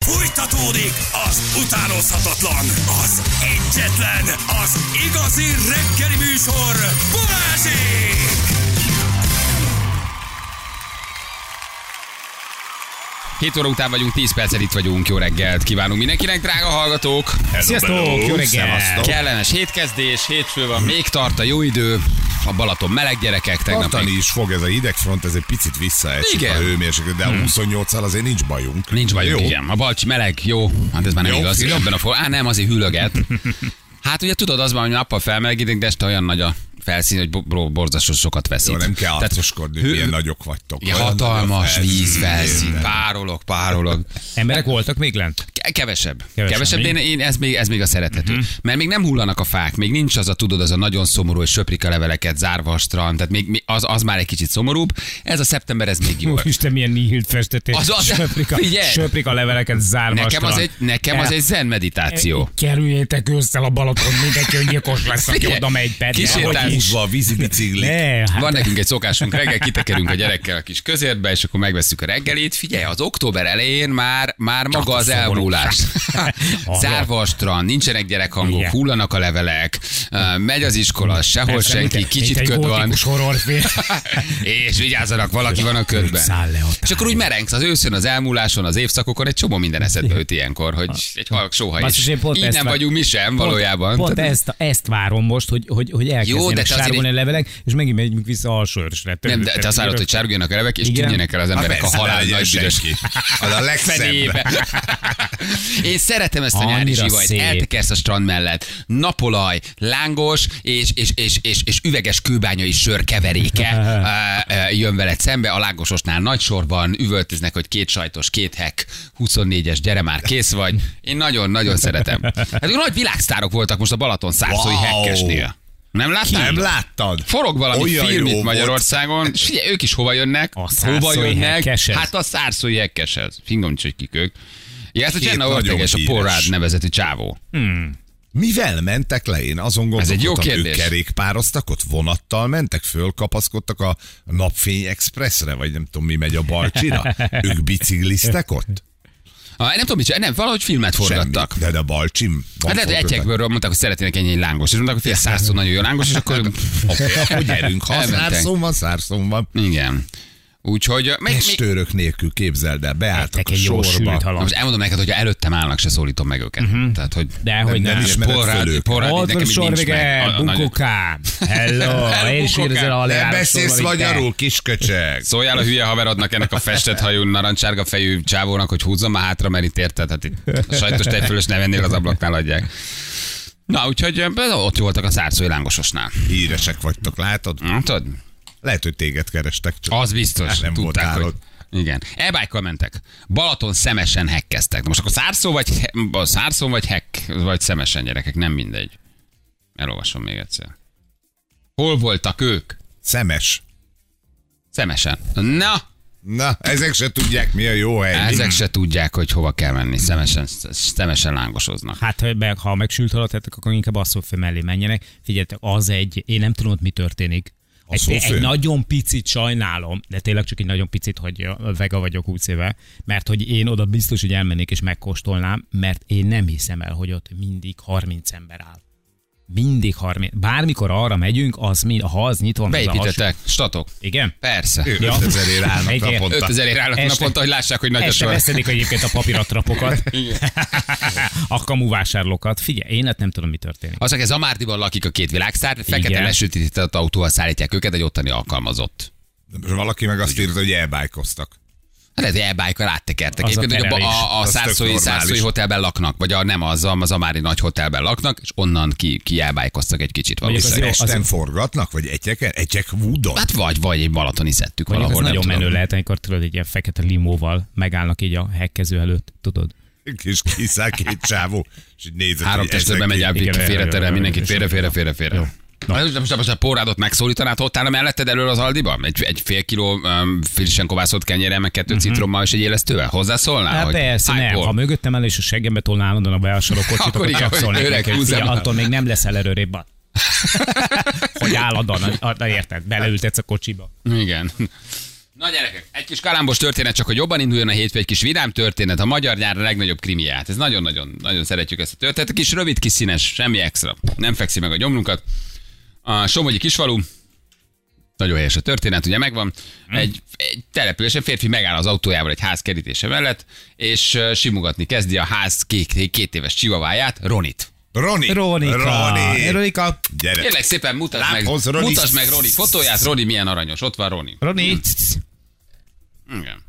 Fújtatódik az utánozhatatlan, az egyetlen, az igazi reggeli műsor, Balázsék! 7 óra után vagyunk, 10 percet itt vagyunk. Jó reggelt kívánunk mindenkinek, drága hallgatók! Sziasztok, jó reggelt! Kellemes hétkezdés, hétfő van, még tart a jó idő, a Balaton meleg gyerekek. Tartani is fog ez a hidegfront, ez egy picit visszaesik a hőmérséklet, de a 28-al azért nincs bajunk. Nincs bajunk, jó. Igen. A Balcsi meleg, jó, hát ez már nem Jó, igaz. finom. Ebben nem, azért hűlöget. Hát ugye tudod, az van, hogy nappal felmelegítik, de este olyan nagy a felszín, hogy borzasztós sokat veszít. Jó, nem kell arcoskodni, milyen nagyok vagytok. Ja, Olyan hatalmas nagy a vízfelszín, párolog. Emberek voltak még lent? Kevesebb. Kevesebb, Ez még a szerethető. Mert még nem hullanak a fák, még nincs az a, tudod, az a nagyon szomorú, hogy söprik a leveleket, zárva a strand, tehát még az már egy kicsit szomorúbb. Ez a szeptember, ez még jó. Úristen, milyen níhilt festetés. Söprik a leveleket, zárva Nekem az egy zen meditáció. Kerüljétek össze a Balaton, mindenki öngyilkos lesz, aki oda megy. Húzva a vízibiciklit. Van nekünk egy szokásunk, reggel kitekerünk a gyerekkel a kis közértbe, és akkor megveszük a reggelit. Figyelj, az október elején már maga az elmúlás. Zárva a strand, nincsenek gyerekhangok, hullanak a levelek, megy az iskola, sehol senki, kicsit köd van. És vigyázzanak, valaki van a ködben. És akkor úgy merengsz az őszön, az elmúláson, az évszakokon, egy csomó minden eszedbe jut ilyenkor, hogy egy halk sóha is. Így nem vagyunk mi sem valójában. Pont ezt várom most, hogy elkezdjenek sárgulni a levelek, és megint megyünk vissza alsóörsre. Nem, de te azt várod, hogy sárguljanak a levelek, és tűnjenek el az emberek a halál nagy büdös. Az a legszebb. Én szeretem ezt a nyári zsivajt. Eltekersz a strand mellett. Napolaj, lángos és üveges kőbányai sör keveréke jön veled szembe. A lángososnál nagy sor van, üvöltöznek, hogy 2 sajtos, 2 hek, 24-es, gyere már, kész vagy. Én nagyon-nagyon szeretem. Hát nagy világsztárok voltak most a Balaton szárszói hekkesnél. Nem láttad? Nem láttad? Forog valami Olyan film jó itt Magyarországon, és figyelj, ők is hova jönnek? Hova jönnek? Hekkeshez. Hát a szárszói hekkeshez. Fingom nincs, hogy kik ők. Ja, ez a Két Csenna nagyon Orteges, a híres. Porrád nevezetű csávó. Mivel mentek le? Én azon Ez egy jó gondolkodtam, ők kérdés. kerékpároztak, ott vonattal mentek, fölkapaszkodtak a Napfény Expressre, vagy nem tudom mi megy a Balcsira. Ők bicikliztek ott? Nem tudom, mit csinál, nem, valahogy filmet forgattak. Semmi. De a Balcsim. Hát lehet, hogy egyekből mondták, hogy szeretnének ennyi lángos. És mondták, hogy fél szárszó nagyon jó lángos, és akkor... Hogy gyerünk, ha Elmentek. szárszón van. Igen. Úgyhogy... Testőrök nélkül képzeld el, beálltak a sorba. Most elmondom neked, hogy előttem állnak, se szólítom meg őket. Tehát, hogy... Dehogy nem nem. ismered föl őket. Ott van sorvige, bukukám. Hello, én is érzel a Nem beszélsz magyarul, kisköcseg. Szóljál a hülye haverodnak, ennek a festett hajú, narancsárga fejű csávónak, hogy húzzon már hátra, mert itt érted, hát itt a sajtos tejfölös ne vennél, az ablaknál adják. Na, úgyhogy ott voltak a szárszói lángososnál. Híresek vagytok, látod? Tudod? Lehet, hogy téged kerestek, csak Az biztos, nem tudták, voltál hogy... ott. Igen. E-bike-kal mentek. Balaton szemesen hekkeztek. De most akkor szárszó vagy hekk, vagy szemesen, gyerekek, nem mindegy. Elolvasom még egyszer. Hol voltak ők? Szemes. Szemesen. Na, ezek se tudják, mi a jó hely. Ezek se tudják, hogy hova kell menni. Szemesen lángosoznak. Hát, ha megsült haladtátok, akkor inkább a szófő mellé menjenek. Figyeljetek, én nem tudom, mi történik. Egy nagyon picit sajnálom, de tényleg csak egy nagyon picit, hogy vega vagyok 20 éve, mert hogy én oda biztos, hogy elmennék és megkóstolnám, mert én nem hiszem el, hogy ott mindig 30 ember áll. Mindig 30. Bármikor arra megyünk, ha az nyitva van. Beépítettek, statok. Igen? Persze. 5000-ért állnak naponta. 5000-ért állnak naponta, hogy lássák, hogy nagy a sor. Veszedik egyébként a papíratrapokat. A kamuvásárlókat. Figyelj, én nem tudom, mi történik. Az, hogy Zamárdiban lakik a 2 világsztár, fekete lesötétített autóval szállítják őket, egy ottani alkalmazott. Valaki meg azt írta, hogy elbájkoztak. Lehet, hogy e-bike-kal áttekertek. Az Egyébként, hogy a Az tök szárszói hotelben laknak, vagy az Amári nagy hotelben laknak, és onnan ki e-bike-oztak egy kicsit valószínűleg. Pesten forgatnak, vagy egyek Woodon? Hát vagy egy balatoni szettük valahol. valahol. Ez nagyon tudom. menő lehet, amikor tudod, egy ilyen fekete limóval megállnak így a hekkező előtt, tudod? És kiszáll 2 csávó, és így nézett, 3 testőrben megy el, félreterel mindenkit, félre. Most a Porrádot megszólítanád, ott állna melletted elől az Aldiba? Egy fél kiló frissen kovászott kenyérrel, meg 2 citrommal és egy élesztővel? Hozzászólnál? Hát persze, nem. Ha mögöttem el és a seggembe tolnál onnan a beállsarok kocsit, akkor csak szólnék, hogy attól még nem leszel előrébb. Hogy állandóan, érted, beleültetsz a kocsiba. Igen. Na gyerekek, egy kis kalambos történet, csak hogy jobban induljon a hétfő, egy kis vidám történet, a magyar nyár a legnagyobb krimiát. Ez nagyon szeretjük ezt a történetet. Kis rövid, kis színes, semmi extra. Nem fekszi meg a gyomrunkat. A somogyi kisfalu, nagyon helyes a történet, ugye megvan. Egy településen férfi megáll az autójával egy ház kerítése mellett, és simogatni kezdi a ház 2 éves csivaváját, Ronit. Ronika. Gyere. Kérlek szépen, mutasd meg Roni fotóját. Roni milyen aranyos, ott van Roni. Roni. Igen.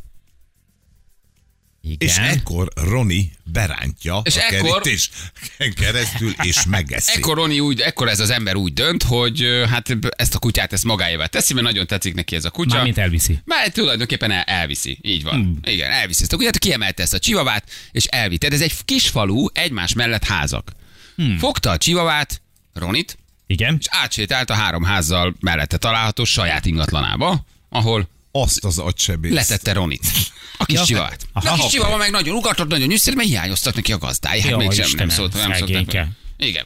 És ekkor Roni berántja És a ekkor- kerítésen keresztül, és megeszi. Ekkor ez az ember úgy dönt, hogy hát ezt a kutyát ezt magáévá teszi, mert nagyon tetszik neki ez a kutya. Mármint elviszi. Már tulajdonképpen elviszi. Így van. Igen, elviszi ezt a kutyát, kiemelte ezt a csivavát, és elvitte. Ez egy kis falu, egymás mellett házak. Fogta a csivavát, Ronit, Igen. és átsétált a 3 házzal mellette található saját ingatlanába, ahol Azt az agysebész. letette Ronit. A kis csivavát. A kis csivava meg nagyon ugatott, nagyon nyűszert, mert hiányoztak neki a gazdái. Hát Jaj, mégsem Istenem, nem szólt szegényke. Igen.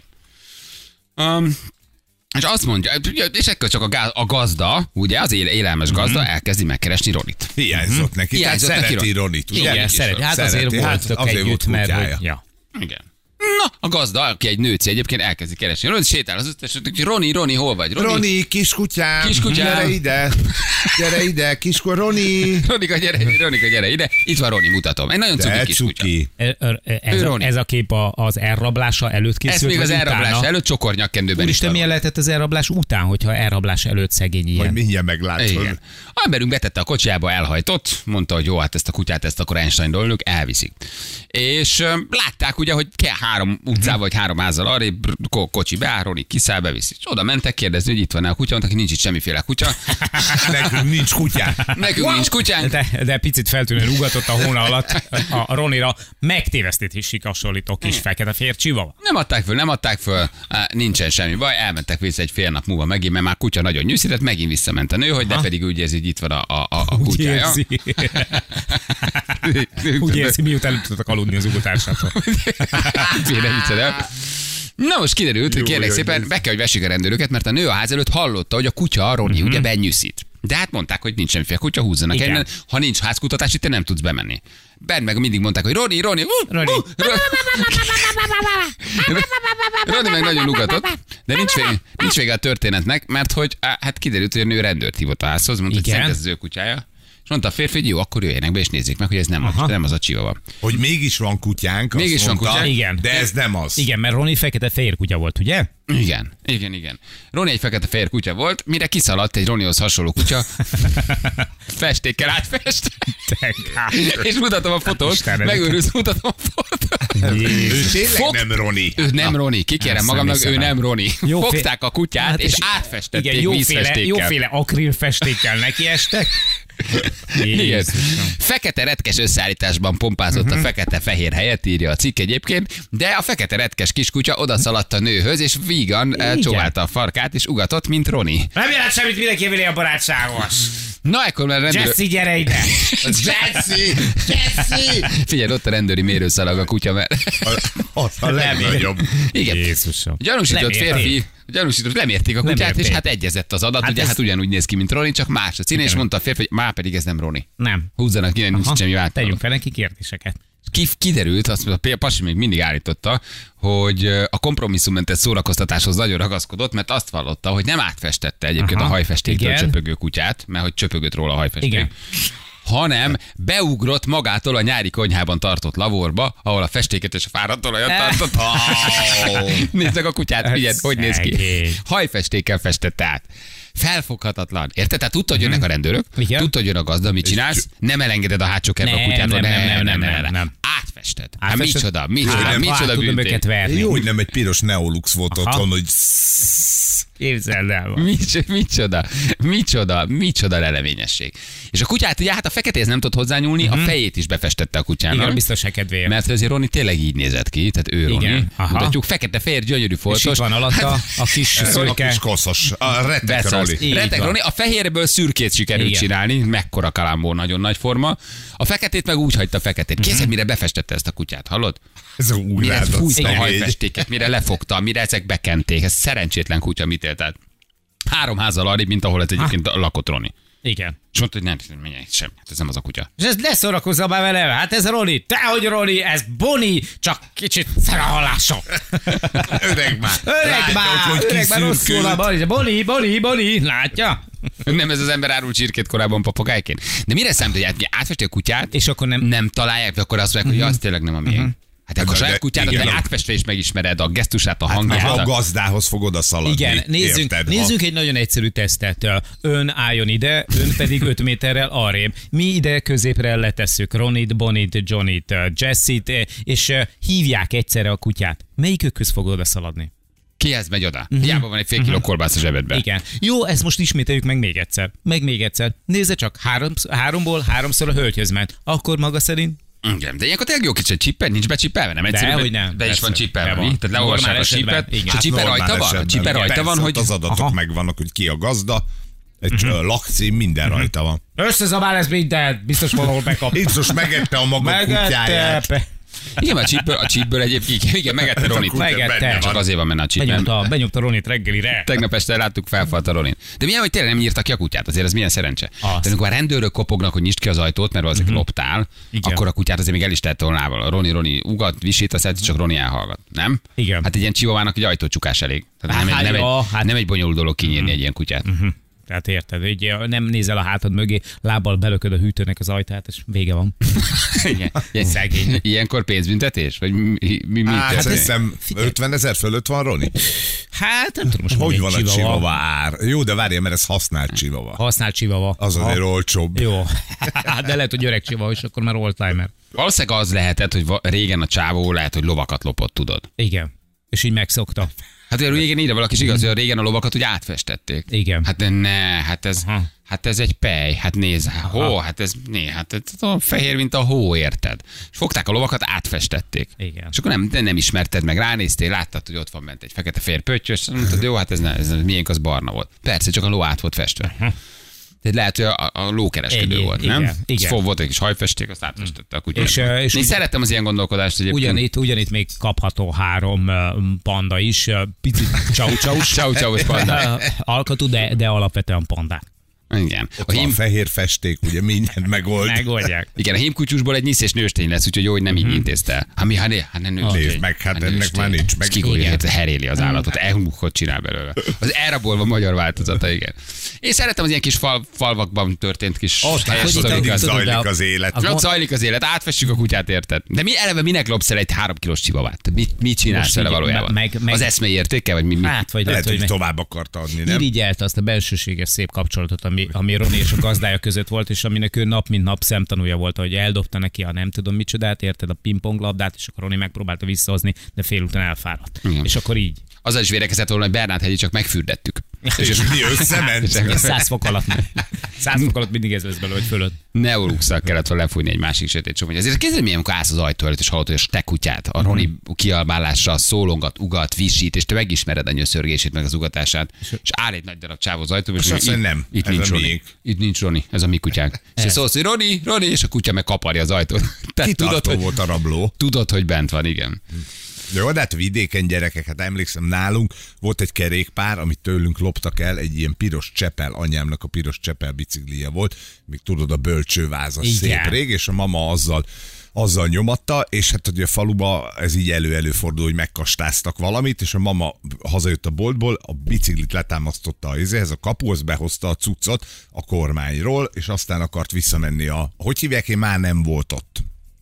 És azt mondja, és ekkor csak a gazda, ugye, az élelmes gazda elkezdi megkeresni Ronit. Hiányzott neki. Tehát Hiányzott neki szereti Ronit. ugye? Igen, szereti. Hát azért voltak azért együtt, volt mert kutyája. hogy... Ja. Igen. Na, a gazda, aki egy nőci egyébként elkezdi keresni. Ronit sétál az összes, hogy Roni, hol vagy? Roni, kiskutyám, Kiskutyám. gyere ide, Roni. Ronika, gyere ide. Itt van Roni, mutatom. Egy nagyon cuki De kis kutya. cuki. Ez a kép az elrablása előtt készült, Ez még az vagy elrablás utána? előtt csokornyakkendőben is Úristen, van. milyen lehetett az elrablás után, hogyha elrablás előtt szegény Majd ilyen? mindjárt meglátod. Igen. A emberünk betette a kocsiába, elhajtott, mondta, hogy jó, hát ezt a kutyát, ezt akkor Einstein-ról önök elviszik. És látták ugye, hogy 3 utcával vagy 3 házzal arrébb kocsi beáll, Roni kiszáll, beviszi. És oda mentek kérdezni, hogy itt van-e a kutya, mondták, hogy nincs itt semmiféle kutya. Nekünk nincs kutyánk. Nekünk nincs kutyánk. De picit feltűnően ugatott a hóna alatt a Ronira megtévesztésig hasonlító kis fekete-fehér csivava. Nem adták föl, nincsen semmi baj, elmentek vissza egy fél nap múlva megint, mert már kutya nagyon nyűszített, megint visszament a nő, hogy de pedig úgy érzi, hogy itt van a Úgy kutyája. érzi. Úgy érzi, miután nem tudtak aludni az ugotársától. Nem hiszed el. Na most kiderült, hogy kérlek szépen, be kell, hogy vessék a rendőröket, mert a nő a ház előtt hallotta, hogy a kutya, a Roni, ugye benyűszít. De hát mondták, hogy nincs semmiféle kutya, húzzanak Igen. el, ha nincs házkutatás, itt te nem tudsz bemenni. Benn meg mindig mondták, hogy Roni. Roni. Roni meg nagyon ugatott, de nincs vége a történetnek, mert hogy hát kiderült, hogy a nő rendőrt hívott a házhoz, mondta, hogy Igen. szerint ez az ő kutyája. És mondta a férfi, hogy jó, akkor jöjjenek be és nézzék meg, hogy ez nem az a csivava. Hogy mégis van kutyánk, azt Mégis van mondta, kutyánk. Igen. de ez nem az. Igen, mert Roni fekete-fehér kutya volt, ugye? Igen. Roni egy fekete-fehér kutya volt, mire kiszaladt egy Ronihoz hasonló kutya, festékkel átfest. És mutatom a fotót, Istenem. megőrülsz, mutatom a fotót. Ő tényleg nem Roni. Ő nem Roni, kikérem Ezt magamnak, nem ő hiszem nem el. Roni. Jó Fogták a kutyát, Hát és és- átfestették Igen, vízfestékkel. jóféle akrilfestékkel nekiestek. Igen. Jézusom. Fekete retkes összeállításban pompázott a fekete-fehér helyett, írja a cikk egyébként, de a fekete retkes kiskutya odaszaladt a nőhöz, és vígan csóválta a farkát, és ugatott, mint Roni. Nem jelent semmit, mindenki véli a barátságos. Na, ekkor már rendőr... Jesse, gyere ide! Jesse! Figyelj, ott a rendőri mérőszalag a kutya mellett. Az a legnagyobb. Igen. Jézusom. Gyanúsított Lemérték. férfi, lemérték a kutyát, Lemérték. és hát egyezett az adat, Hát ugye ez- hát ugyanúgy néz ki, mint Roni, csak más a színe, és mondta a férfi, hogy már pedig ez nem Roni. Nem. Húzzanak ki, nincs semmi Tegyünk változó. fel neki kérdéseket. Kiderült, azt mondta, a pasi még mindig állította, hogy a kompromisszummentes szórakoztatáshoz nagyon ragaszkodott, mert azt vallotta, hogy nem átfestette egyébként Aha. a hajfestéktől Igen. csöpögő kutyát, mert hogy csöpögött róla a hajfesték. Igen. Hanem beugrott magától a nyári konyhában tartott lavorba, ahol a festéket és a fáradtolajat tartott. Nézd meg a kutyát, figyeld, hogy néz ki. Szegény. Hajfestékkel festette át. Felfoghatatlan. Érted? Tehát tudta, hogy jönnek a rendőrök, Igen. tudta, hogy jön a gazda, mit csinálsz, nem elengeded a hátsó kertbe a Nem, kutyától, nem. Átfested. Hát Átfested? micsoda Tudom büntény. őket verni. Jó, hogy nem egy piros Neolux volt Aha. otthon, hogy Képzeld el. Micsoda leleményesség. És a kutyát, ugye hát a feketéhez nem tudott hozzányúlni, a fejét is befestette a kutyának. Igen, biztos kedvéért. Mert azért Roni tényleg így nézett ki, tehát ő Roni. Igen, aha. Mutatjuk, fekete-fehér, gyönyörű És foltos. itt van alatta a kis a szöke. kis koszos, a retek Beszarsz. Roli. Így Retek van. Roni, a fehérből szürkét sikerült Igen. csinálni, mekkora kalambó, nagyon nagy forma. A feketét meg úgy hagyta feketét. Készed, mire befestette ezt a kutyát, hallod? Ez a úgy Mire rázott fújta a szegény. hajfestéket, mire lefogta, mire ezek bekenték. Ez szerencsétlen kutya mit élt át. 3 házzal arrébb, mint ahol ez egyébként lakott Roni. Igen. És mondta, hogy nem, menj sem, hát ez nem az a kutya. És ez ne szórakozzál már vele, hát ez Roni, tehogy Roni, ez Boni, csak kicsit szerehallása. Öreg már. Öreg már rosszul a Boni, látja? Nem ez az ember árul csirkét korábban papagájként. De mire számít, hogy átfesti a kutyát, és akkor nem találják, akkor azt mondják, hogy az tényleg nem a miénk. Hát akkor a saját kutyádat egy átfestve is megismered, a gesztusát, a hangját. Hát, a gazdához fogod a szaladni. Igen, nézzünk egy nagyon egyszerű tesztet. Ön álljon ide, ön pedig 5 méterrel arrébb. Mi ide középre letesszük Ronit, Bonit, Johnnyt, Jessit, és hívják egyszerre a kutyát. Melyikőkhöz fog oda szaladni? Kihez megy oda? Hiába van egy fél kiló kolbász a zsebedben. Igen. Jó, ezt most ismételjük meg még egyszer. Nézze csak, 3-ból 3-szor a hölgyhöz ment. Akkor maga szerint? Igen, de ilyenkor tényleg jó kicsit csippel, nincs becsipelve, nem egyszerű, hogy nem. Be is van csippelve, mi? Tehát leolvassák a csipet, és a csiper rajta van? A csiper rajta van, hogy... Az adatok megvannak, hogy ki a gazda, egy lakcím, minden rajta van. Összezabál ez mindent, biztos valahol bekap. Itt most megette a maga kutyáját. Igen, a csípből egyébként, igen, megette Ronit. Megette. Csak azért van menne a csípben. Benyomta Ronit reggelire. Tegnap este láttuk, felfalt a Ronit. De milyen, hogy tényleg nem nyírta ki a kutyát, azért ez milyen szerencse. De amikor a rendőrök kopognak, hogy nyisd ki az ajtót, mert azért loptál, akkor a kutyát azért még el is tett volna. Roni ugat, visít, azt csak Roni elhallgat. Nem? Igen. Hát egy ilyen csivavának egy ajtócsukás elég. Nem egy bonyolult dolog kinyírni egy ilyen kutyát. Tehát érted, hogy nem nézel a hátad mögé, lábbal belököd a hűtőnek az ajtát, és vége van. Igen. Szegény. Ilyenkor pénzbüntetés? Vagy mi hát hiszem 50 000 fölött van, Roni? Hát nem tudom most. Hogy van a csivava ár? Jó, de várjál, mert ez használt csivava. Használt csivava. Az azért olcsóbb. Jó. De lehet, hogy öreg csivava, és akkor már oldtimer. Valószínűleg az lehetett, hogy régen a csávó lehet, hogy lovakat lopott, tudod. Igen. És így megszokta. Hát régen ide valaki is igaz, hogy régen a lovakat úgy átfestették. Igen. Hát ez egy pej, hát nézd, hát ez fehér, mint a hó, érted? És fogták a lovakat, átfestették. Igen. És akkor nem ismerted meg, ránéztél, láttad, hogy ott van bent egy fekete-fehér pöttyös, mondtad, jó, hát ez miénk az barna volt. Persze, csak a ló át volt festve. Tehát lehet, hogy a lókereskedő volt, nem? Igen. Volt egy kis hajfesték, azt átfestette a kutyát. És én szerettem az ilyen gondolkodást egyébként. Ugyanitt még kapható 3 panda is, picit Csau-csau panda. Alkatú, de alapvetően pandák. Igen. A fehér festék, ugye mindent megoldják. Igen, a hímkutyusból egy nyiszés nőstény lesz, úgyhogy jó, hogy nem így intézte. Hát nem nézd meg, hát ennek már nincs meg. Heréli az állatot, elmukkot csinál belőle. Az elrabolva magyar változata, igen. Én szeretem az ilyen kis falvakban történt kis helyes sztorikat. Zajlik az élet. Ott zajlik az élet, átfessük a kutyát, érted? De minek lopsz el egy 3 kilós csivavát? Mit csinálsz vele valójában? Az eszmei értéke, vagy mi? Hát, vagy lehet, hogy tovább akarta adni, nem? Irigyelte azt a belsőséges szép kapcsolatot, ami Roni és a gazdája között volt, és aminek ő nap mint nap szemtanúja volt, hogy eldobta neki a nem tudom micsodát, érted, a pingponglabdát, és akkor Roni megpróbálta visszahozni, de fél után elfáradt. Igen. És akkor így. Azzal is védekezett volna, hogy Bernát hegyi csak megfürdettük. És mi összement? 100 fok alatt. 100 fok alatt mindig ez lesz belőle, hogy fölött. Neoluxal kellett volna lefújni egy másik sötét csomó. Ezért képzeld, milyen, amikor állsz az ajtó előtt, és hallod, hogy a te kutyát, a Roni kiabálással szólongat, ugat, visít, és te megismered a nyöszörgését, meg az ugatását, és áll egy nagy darab csáv az ajtóba, és azt nem. Itt nincs Roni. Itt nincs Roni, ez a mi kutyánk. És szólsz, hogy Roni, és a kutya meg kaparja az ajtót. Kitartó volt a rabló. Tudod, hogy bent van, igen. Jó, de hát vidéken gyerekek, hát emlékszem, nálunk volt egy kerékpár, amit tőlünk loptak el, egy ilyen piros Csepel, anyámnak a piros Csepel biciklije volt, még tudod, a bölcsőváz, az szép rég, és a mama azzal nyomatta, és hát ugye a faluba ez így előfordul, hogy megkastáztak valamit, és a mama hazajött a boltból, a biciklit letámasztotta ehhez a kapuhoz, behozta a cuccot a kormányról, és aztán akart visszamenni hogy hívják, én már nem volt ott.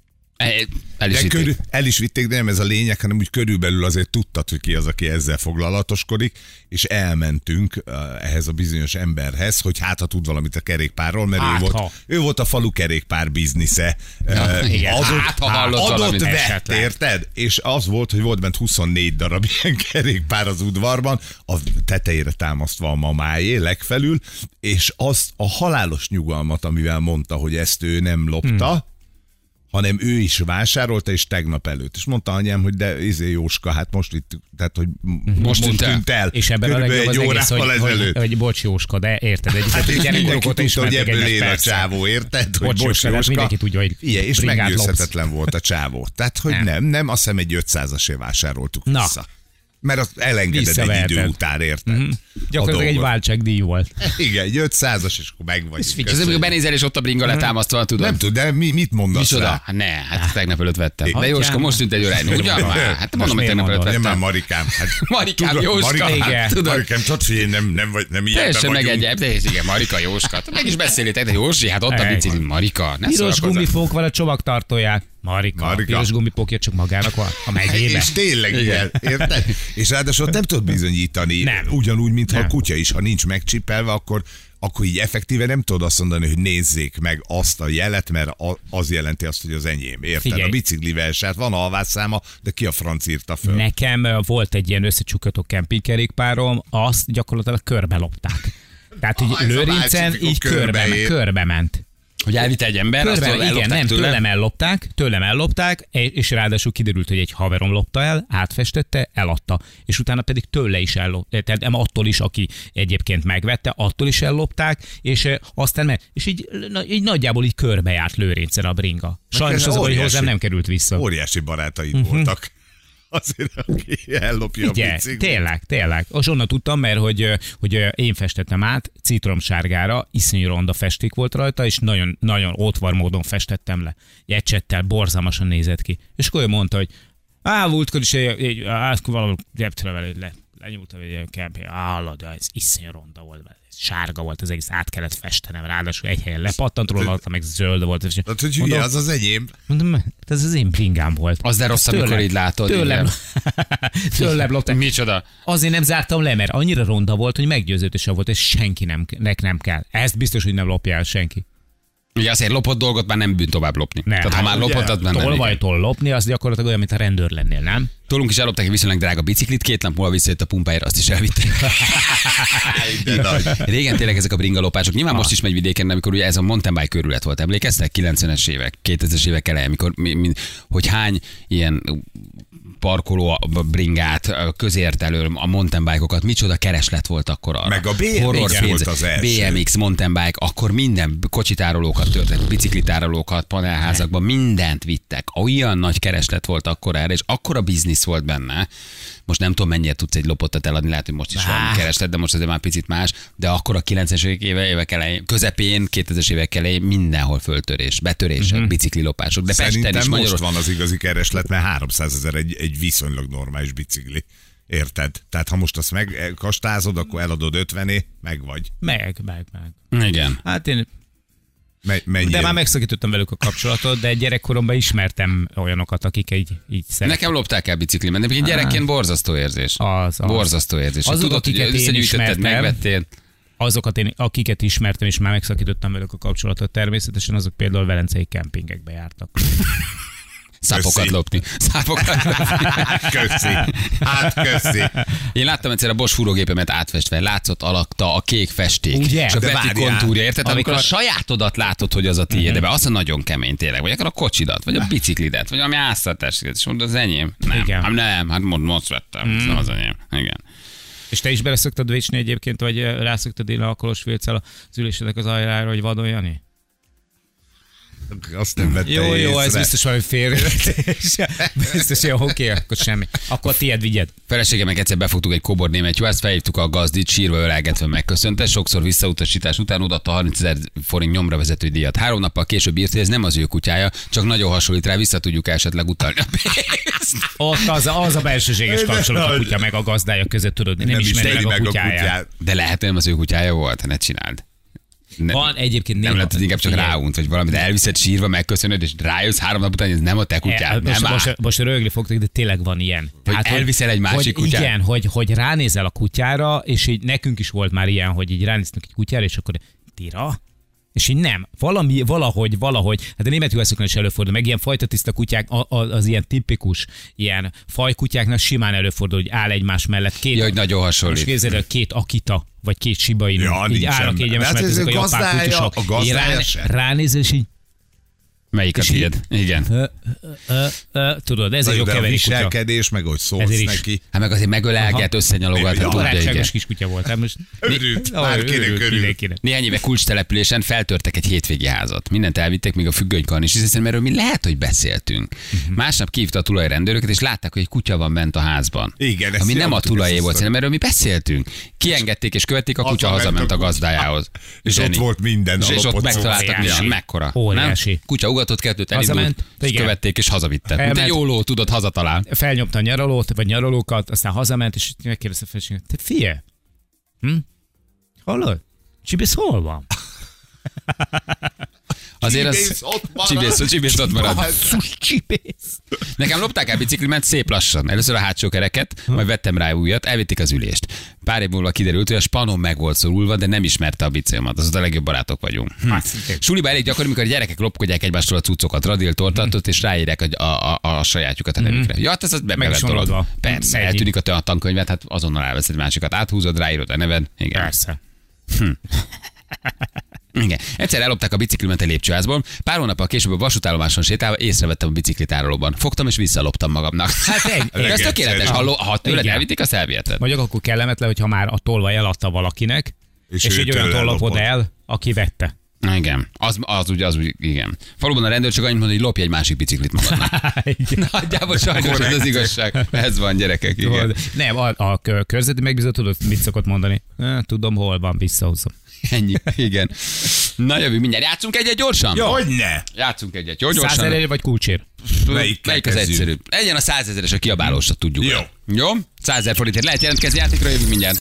El is vitték, de nem ez a lényeg, hanem úgy körülbelül azért tudtad, hogy ki az, aki ezzel foglalatoskodik, és elmentünk ehhez a bizonyos emberhez, hogy hát ha tud valamit a kerékpárról, mert ő volt a falu kerékpár biznisze. Adott vett, érted? És az volt, hogy volt bent 24 darab ilyen kerékpár az udvarban, a tetejére támasztva a mamájé legfelül, és azt a halálos nyugalmat, amivel mondta, hogy ezt ő nem lopta, hanem ő is vásárolta, és tegnap előtt. És mondta anyám, hogy de Jóska, hát most itt, tehát, hogy most tűnt el. És ebben a legjobb az egész, hogy bocs Jóska, de érted? Hát mindenki tudta, hogy ebből él a csávó, érted? Hogy bocs Jóska. Mindenki tudja, hogy és meggyőzhetetlen volt a csávó. Tehát, hogy nem, azt hiszem egy 500-asért vásároltuk vissza. Mert azt elengeded egy idő után, érted? Gyakorlatilag egy váltságdíj volt. Igen, egy 500-as, és akkor meg vagy. És amikor benézel, és ott a bringa letámasztva, tudod. Nem tudom, de mit mondasz rá? Hát ne, hát tegnap előtt vettem. De Jóska, most tűnt egy órány. Ugyan már? Hát mondom, hogy tegnap előtt vettem. Nem már Marikám. Marikám, Jóska. Marikám, tudod, hogy én nem ilyen teljesen megegyebb, de igen, Marika, Jóska. Meg is beszélitek, de Józsi, hát ott a bicikli, Marika. Piros gumifók van a csomagtartóját. Marika. Piros gumipókja csak magának van, a megyében. És tényleg igen, érted? És ráadásul nem tudod bizonyítani. Nem. Ugyanúgy, mintha a kutya is, ha nincs megcsipelve, akkor így effektíve nem tudod azt mondani, hogy nézzék meg azt a jelet, mert az jelenti azt, hogy az enyém. Érted? Figyelj. A biciklivel se, hát van alvásszáma, de ki a franc írta föl? Nekem volt egy ilyen összecsukható kempingkerékpárom, azt gyakorlatilag körbe lopták. Tehát, hogy Lőrincen így körbe ment. Hogy elvitte egy ember, azt igen, nem, tőlem ellopták, és ráadásul kiderült, hogy egy haverom lopta el, átfestette, eladta, és utána pedig tőle is ellopták, tehát nem attól is, aki egyébként megvette, attól is ellopták, és aztán és így nagyjából így körbejárt Lőrincen a bringa. Sajnos az, hogy hozzám nem került vissza. Óriási barátaid voltak. Azért, aki ellopja a biciklit. Tényleg. És onnan tudtam, mert hogy én festettem át citromsárgára, iszonyú ronda festék volt rajta, és nagyon, nagyon ótvar módon festettem le. Ecsettel, borzalmasan nézett ki. És akkor ő mondta, hogy múltkor is valahol lenyúltam egy ilyen kempé, de ez iszonyú ronda volt. Sárga volt, az egész át kellett festenem, ráadásul egy helyen lepattant róla, meg zöld volt. Tehát, hogy mondom, az az enyém. Mondom, ez az én bringám volt. Az de rossz, amikor így látod. Tőlem lopták. Micsoda? Azért nem zártam le, mert annyira ronda volt, hogy meggyőződése volt, és senkinek nem kell. Ezt biztos, hogy nem lopja el senki. Ugye azért lopott dolgot már nem bűn tovább lopni. Nem, tehát ha már lopott, az már nem. Tolvajtól lopni, az gyakorlatilag olyan, mint a rendőr lennél, nem? Tőlünk is ellopták egy viszonylag drága biciklit, 2 nap múlva visszajött a pumpájára, azt is elvitték. Régen tényleg ezek a bringalopások. Nyilván most is megy vidéken, amikor ugye ez a mountain bike körület volt. Emlékeztek? 90-es évek, 2000-es évek elején, amikor hogy hány ilyen parkoló bringát, közért elő a mountain bike-okat, micsoda kereslet volt akkor arra. Meg a BMX volt az első. BMX, mountain bike, akkor minden kocsitárolókat törtek, biciklitárolókat, panelházakban, mindent vittek. Olyan nagy kereslet volt akkor erre, és akkora biznisz volt benne. Most nem tudom, mennyire tudsz egy lopottat eladni, lehet, hogy most is valami kereslet, de most azért már picit más. De akkor a 90-es évek elején, közepén, 2000-es évek elején mindenhol föltörés, betörések, biciklilopások. De szerintem Pesten is most van az igazi kereslet, mert 300 000 egy viszonylag normális bicikli. Érted? Tehát ha most azt megkastázod, akkor eladod 50-é, meg vagy. Meg. Igen. Hát én... De már megszakítottam velük a kapcsolatot, de gyerekkoromban ismertem olyanokat, akik így szeretnek. Nekem lopták el biciklimet, de én gyerekként borzasztó érzés. Borzasztó érzés. Tudod, hogy összegyűjtötted, megvettél. Akiket ismertem, és már megszakítottam velük a kapcsolatot, természetesen azok például velencei kempingekbe jártak. Szápokat lopni. Köszi. Én láttam egyszer a Bosch fúrógépemet átfestve, látszott alakta a kék festék. Ugye? És a beti kontúrja, érted? Amikor a sajátodat látod, hogy az a tiéd, de az a nagyon kemény tényleg. Vagy akár a kocsidat, vagy a biciklidet, vagy ami áztatásod, és mondod, az enyém. Nem, hát most vettem, szóval az enyém. Igen. És te is bele szoktad vécsni egyébként, vagy rászoktad élni alkoholos félccel az ülésedek az ajrára, hogy vadon, Jani? Azt nem vette Jó, észre. ez biztos valami félreértés. Biztos, jó, oké, akkor semmi. Akkor tiéd vigyed. Felesége meg egyszer befogtuk egy kobor német juhász, felhívtuk a gazdit, sírva ölelgetve megköszönte, sokszor visszautasítás után odaadta 30 000 forint nyomra vezető díjat. 3 nappal később írt, hogy ez nem az ő kutyája, csak nagyon hasonlít rá, vissza tudjuk esetleg utalni a pénzt. Ott az a belsőséges kapcsolat a kutya meg a gazdája között, tudod, nem ismeri meg a kutyáját. De lehet, hogy nem az ő kutyája volt, ne csináld. Van egyébként nem lehet, hogy inkább csak ráunt, vagy valamit elviszed sírva, megköszönöd, és rájössz 3 nap után, hogy ez nem a te kutyád. Most rögni fogtok, de tényleg van ilyen. Hát, elviszel egy másik kutyát? Igen, hogy ránézel a kutyára, és így nekünk is volt már ilyen, hogy így ránéztünk egy kutyára, és akkor tira? És így nem. Valahogy. Hát a német juhászoknál is előfordul, meg ilyen fajta tiszta kutyák, az ilyen tipikus, ilyen fajkutyáknak simán előfordul, hogy áll egymás mellett hogy nagyon hasonlít. És képzeld, 2 akita, vagy 2 shiba inu. Így állnak egymás mellett ezek a japán kutyusok. Ránézel, és így Melyik a tiéd? Igen. Tudod, ez egy jó keveri kutya. Viselkedés, meg hogy szólsz neki. Hát meg azért megölelget, összenyalogat. Barátságos kiskutya volt. Most Örült, bárkinek örült. Néhány éve kulcstelepülésen feltörtek egy hétvégi házat. Mindent elvittek, még a függönykarn is, hiszen erről mi lehet, hogy beszéltünk. Másnap kihívta a tulajrendőröket, és látták, hogy egy kutya van bent a házban. Igen, ami nem a tulajé volt, hanem erről mi beszéltünk. Kiengedték és követték, a kutya hazament a gazdájához. És ott volt minden. És ott megtaláltak minden. Mekkora. Óriási. Kutya ugatott, kettőt elindult, követték és hazavitte. Mint egy jó ló, tudod, hazatalál. Felnyomta a nyaralót, vagy nyaralókat, aztán hazament, és megkérdezte a feleségét, te figyelj, hallod? Csibész hol van? Azért Csibész ott marad. Csibész. Nekem lopták el biciklimet szép lassan. Először a hátsó kereket, majd vettem rá újat, elvitték az ülést. Pár év múlva kiderült, hogy a spanom meg volt szorulva, de nem ismerte a biciklimat. Az a legjobb barátok vagyunk. Suliba elég gyakori, amikor a gyerekek lopkodják egymástól a cuccokat, radiltortatot, és ráírják a sajátjukat a nevükre. Ja, hát ez bevett dolog. Persze, eltűnik a tankönyvet, hát azonnal elvesz egy másikat, áthúzod, ráírod a neved. Igen. Persze. Igen. Egyszer ellopták a biciklimet a lépcsőházból, pár hónappal később a vasútállomáson sétálva észrevettem a biciklit tárolóban. Fogtam és visszaloptam magamnak. Hát ez tökéletes, ha tőled elvitték, azt elviheted. Vagy akkor kellemetlen, hogyha már a tolvaj eladta valakinek, és egy olyan tollopod el, aki vette. Igen, az úgy, igen. Faluban a rendőr csak annyit mondja, hogy lopj egy másik biciklit magadnak. Nagyjából sajnos ez az igazság. Ez van, gyerekek, igen. Nem, a körzeti megbízott, tudod, mit szokott mondani? Tudom, hol van, visszahúzom. Ennyi, igen. Na jövő mindjárt. Játszunk egyet gyorsan? Jó, hogyne. Játszunk egyet. Gyorsan. 100 000 vagy kulcsér? Melyik az egyszerűbb? Legyen a 100 000-es, a kiabálósat tudjuk. Jó. 100 000 forintért lehet jelentkezni, játékra jövünk mindjárt.